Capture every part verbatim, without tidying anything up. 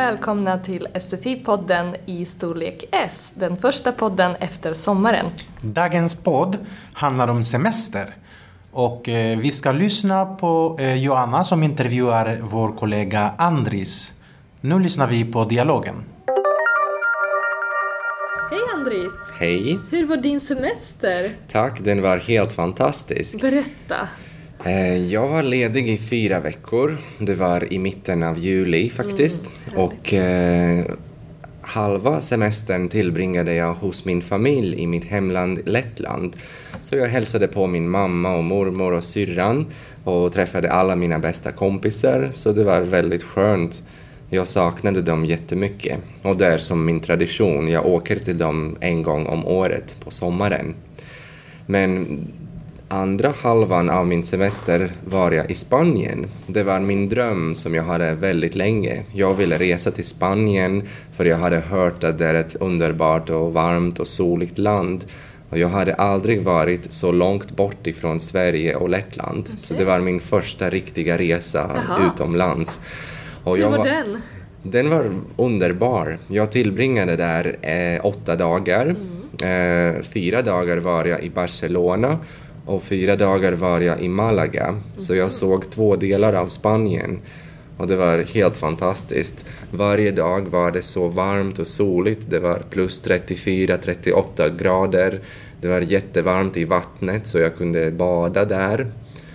välkomna till S F I-podden i storlek S, den första podden efter sommaren. Dagens podd handlar om semester och eh, vi ska lyssna på eh, Joanna som intervjuar vår kollega Andris. Nu lyssnar vi på dialogen. Hej Andris! Hej! Hur var din semester? Tack, den var helt fantastisk. Berätta! Jag var ledig i fyra veckor. Det var i mitten av juli faktiskt. Mm, och eh, halva semestern tillbringade jag hos min familj i mitt hemland Lettland. Så jag hälsade på min mamma och mormor och syrran och träffade alla mina bästa kompisar. Så det var väldigt skönt. Jag saknade dem jättemycket. Och det är som min tradition. Jag åker till dem en gång om året på sommaren. Men andra halvan av min semester var jag i Spanien. Det var min dröm som jag hade väldigt länge. Jag ville resa till Spanien för jag hade hört att det är ett underbart och varmt och soligt land. Och jag hade aldrig varit så långt bort ifrån Sverige och Lettland. Okay. Så det var min första riktiga resa Jaha. utomlands. Och Hur jag var var den? Den var underbar. Jag tillbringade där eh, åtta dagar. Mm. Eh, fyra dagar var jag i Barcelona. Och fyra dagar var jag i Malaga. Mm. Så jag såg två delar av Spanien. Och det var helt fantastiskt. Varje dag var det så varmt och soligt. Det var plus trettiofyra till trettioåtta grader. Det var jättevarmt i vattnet så jag kunde bada där.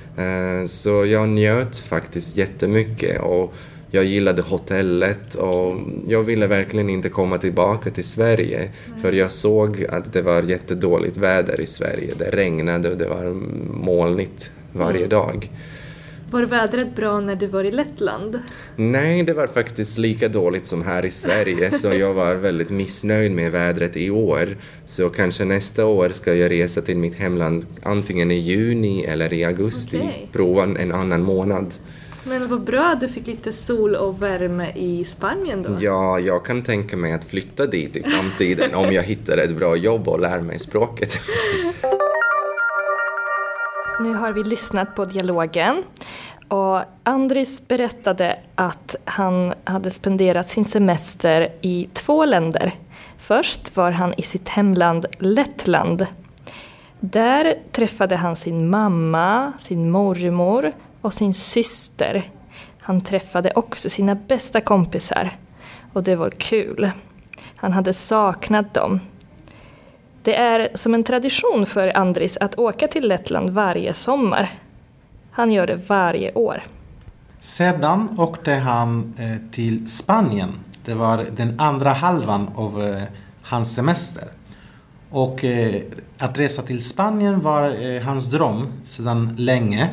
Så jag njöt faktiskt jättemycket. Och jag gillade hotellet och jag ville verkligen inte komma tillbaka till Sverige. Mm. För jag såg att det var jättedåligt väder i Sverige. Det regnade och det var molnigt varje mm. dag. Var vädret bra när du var i Lettland? Nej, det var faktiskt lika dåligt som här i Sverige. Så jag var väldigt missnöjd med vädret i år. Så kanske nästa år ska jag resa till mitt hemland antingen i juni eller i augusti. Okay. Prova en annan månad. Men vad bra att du fick lite sol och värme i Spanien då. Ja, jag kan tänka mig att flytta dit i framtiden om jag hittar ett bra jobb och lär mig språket. Nu har vi lyssnat på dialogen och Andris berättade att han hade spenderat sin semester i två länder. Först var han i sitt hemland Lettland. Där träffade han sin mamma, sin mormor och sin syster. Han träffade också sina bästa kompisar. Och det var kul. Han hade saknat dem. Det är som en tradition för Andris att åka till Lettland varje sommar. Han gör det varje år. Sedan åkte han eh, till Spanien. Det var den andra halvan av eh, hans semester. Och eh, att resa till Spanien var eh, hans dröm sedan länge.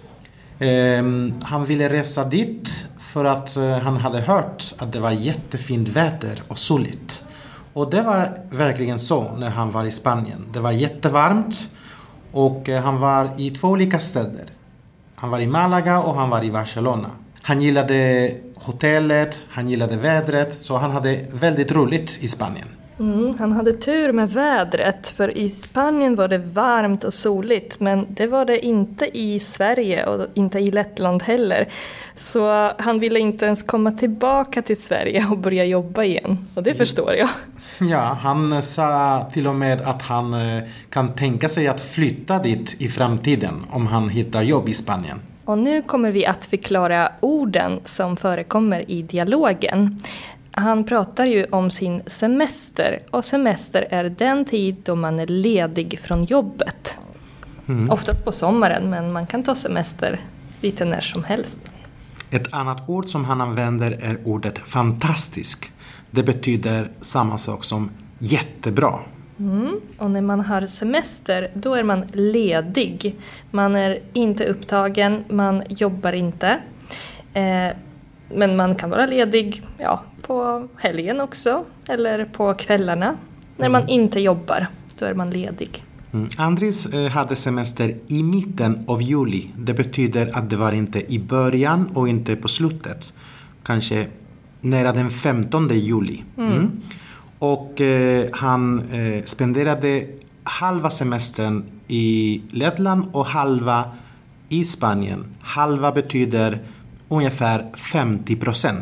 Um, han ville resa dit för att uh, han hade hört att det var jättefint väder och soligt. Och det var verkligen så när han var i Spanien. Det var jättevarmt och uh, han var i två olika städer. Han var i Malaga och han var i Barcelona. Han gillade hotellet, han gillade vädret, så han hade väldigt roligt i Spanien. Mm, han hade tur med vädret, för i Spanien var det varmt och soligt, men det var det inte i Sverige och inte i Lettland heller. Så han ville inte ens komma tillbaka till Sverige och börja jobba igen, och det förstår jag. Ja, han sa till och med att han kan tänka sig att flytta dit i framtiden om han hittar jobb i Spanien. Och nu kommer vi att förklara orden som förekommer i dialogen. Han pratar ju om sin semester, och semester är den tid då man är ledig från jobbet. Mm. Oftast på sommaren, men man kan ta semester lite när som helst. Ett annat ord som han använder är ordet fantastisk. Det betyder samma sak som jättebra. Mm. Och när man har semester, då är man ledig. Man är inte upptagen, man jobbar inte. Eh, men man kan vara ledig, ja, på helgen också, eller på kvällarna. När man mm. inte jobbar, då är man ledig. Mm. Andris eh, hade semester i mitten av juli. Det betyder att det var inte i början och inte på slutet. Kanske nära den femtonde juli. Mm. Mm. Och eh, han eh, spenderade halva semestern i Lettland och halva i Spanien. Halva betyder ungefär femtio procent.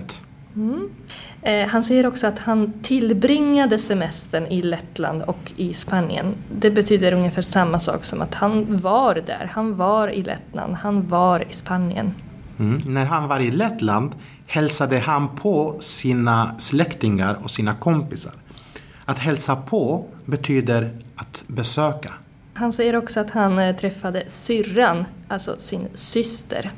Mm. Eh, han säger också att han tillbringade semestern i Lettland och i Spanien. Det betyder ungefär samma sak som att han var där. Han var i Lettland, han var i Spanien. Mm. När han var i Lettland hälsade han på sina släktingar och sina kompisar. Att hälsa på betyder att besöka. Han säger också att han eh, träffade syrran, alltså sin syster.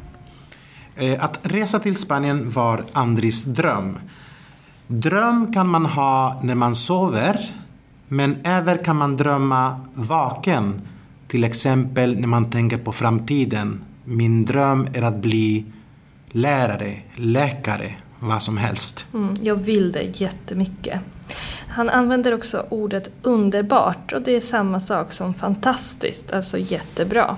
Att resa till Spanien var Andris dröm. Dröm kan man ha när man sover, men även kan man drömma vaken. Till exempel när man tänker på framtiden. Min dröm är att bli lärare, läkare, vad som helst. Mm, jag vill det jättemycket. Han använder också ordet underbart, och det är samma sak som fantastiskt, alltså jättebra.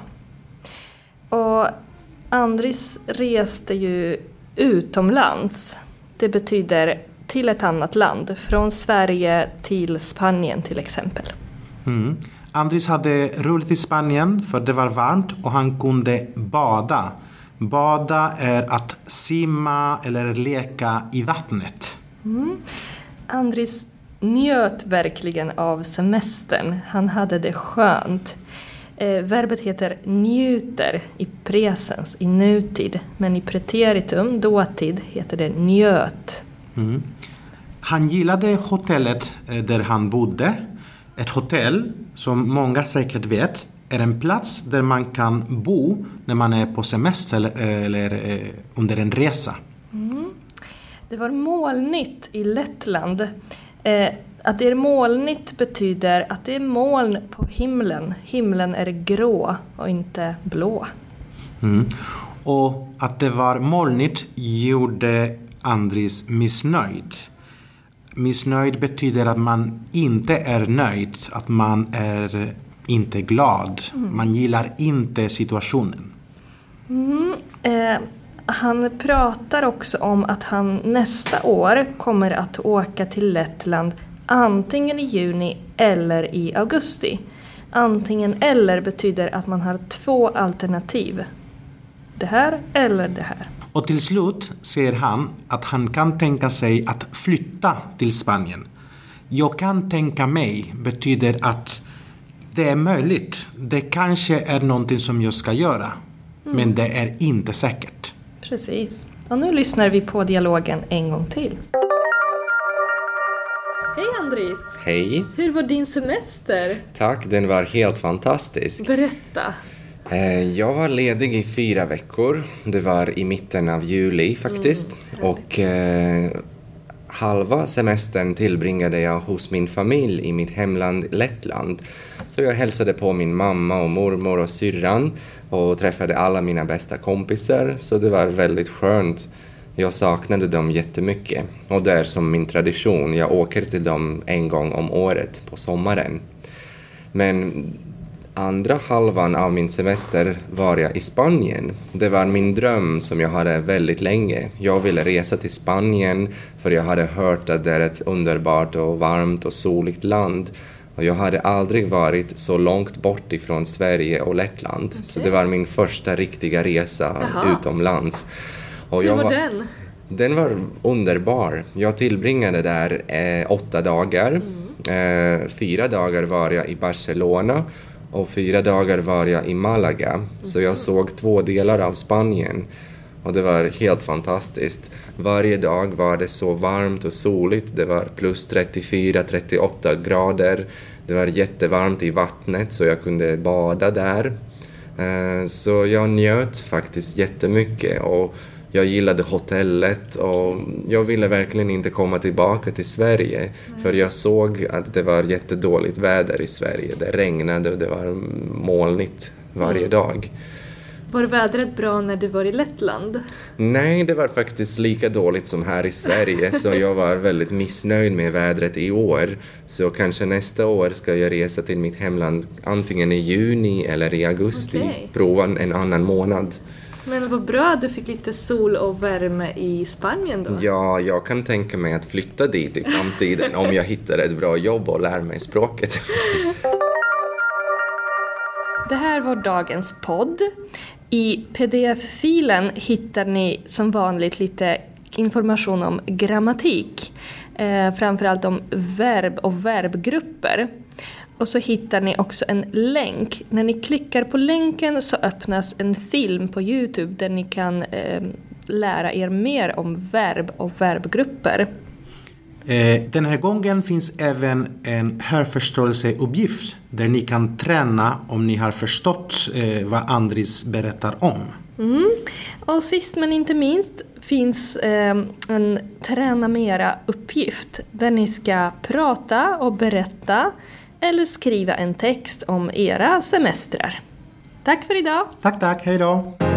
Och Andris reste ju utomlands. Det betyder till ett annat land. Från Sverige till Spanien till exempel. Mm. Andris hade roligt i Spanien för det var varmt och han kunde bada. Bada är att simma eller leka i vattnet. Mm. Andris njöt verkligen av semestern. Han hade det skönt. Eh, verbet heter njuter i presens, i nutid. Men i preteritum, dåtid, heter det njöt. Mm. Han gillade hotellet där han bodde. Ett hotell, som många säkert vet, är en plats där man kan bo när man är på semester eller, eller eh, under en resa. Mm. Det var molnigt i Lettland. Eh, Att det är molnigt betyder att det är moln på himlen. Himlen är grå och inte blå. Mm. Och att det var molnigt gjorde Andris missnöjd. Missnöjd betyder att man inte är nöjd. Att man är inte glad. Mm. Man gillar inte situationen. Mm. Eh, han pratar också om att han nästa år kommer att åka till Lettland antingen i juni eller i augusti. Antingen eller betyder att man har två alternativ. Det här eller det här. Och till slut säger han att han kan tänka sig att flytta till Spanien. Jag kan tänka mig betyder att det är möjligt. Det kanske är någonting som jag ska göra. Mm. Men det är inte säkert. Precis. Och nu lyssnar vi på dialogen en gång till. Hej Andris! Hej! Hur var din semester? Tack, den var helt fantastisk. Berätta! Jag var ledig i fyra veckor. Det var i mitten av juli faktiskt. Mm, och eh, halva semestern tillbringade jag hos min familj i mitt hemland Lettland. Så jag hälsade på min mamma och mormor och syrran och träffade alla mina bästa kompisar. Så det var väldigt skönt. Jag saknade dem jättemycket. Och det är som min tradition. Jag åker till dem en gång om året på sommaren. Men andra halvan av min semester var jag i Spanien. Det var min dröm som jag hade väldigt länge. Jag ville resa till Spanien för jag hade hört att det är ett underbart och varmt och soligt land. Och jag hade aldrig varit så långt bort ifrån Sverige och Lettland. Okay. Så det var min första riktiga resa Aha. utomlands. Och Hur jag var, var den? Den var underbar. Jag tillbringade där eh, åtta dagar. Mm. Eh, fyra dagar var jag i Barcelona. Och fyra dagar var jag i Malaga. Mm. Så jag såg två delar av Spanien. Och det var helt fantastiskt. Varje dag var det så varmt och soligt. Det var plus trettiofyra till trettioåtta grader. Det var jättevarmt i vattnet så jag kunde bada där. Så jag njöt faktiskt jättemycket. Och jag gillade hotellet och jag ville verkligen inte komma tillbaka till Sverige. Nej. För jag såg att det var jättedåligt väder i Sverige. Det regnade och det var molnigt varje mm. dag. Var vädret bra när du var i Lettland? Nej, det var faktiskt lika dåligt som här i Sverige. Så jag var väldigt missnöjd med vädret i år. Så kanske nästa år ska jag resa till mitt hemland antingen i juni eller i augusti. Okay. Prova en annan månad. Men vad bra att du fick lite sol och värme i Spanien då. Ja, jag kan tänka mig att flytta dit i framtiden om jag hittar ett bra jobb och lär mig språket. Det här var dagens podd. I pdf-filen hittar ni som vanligt lite information om grammatik. Eh, framförallt om verb och verbgrupper. Och så hittar ni också en länk. När ni klickar på länken så öppnas en film på YouTube där ni kan eh, lära er mer om verb och verbgrupper. Eh, den här gången finns även en hörförståelseuppgift där ni kan träna om ni har förstått eh, vad Andris berättar om. Mm. Och sist men inte minst finns eh, en träna mera-uppgift där ni ska prata och berätta eller skriva en text om era semestrar. Tack för idag! Tack, tack. Hej då!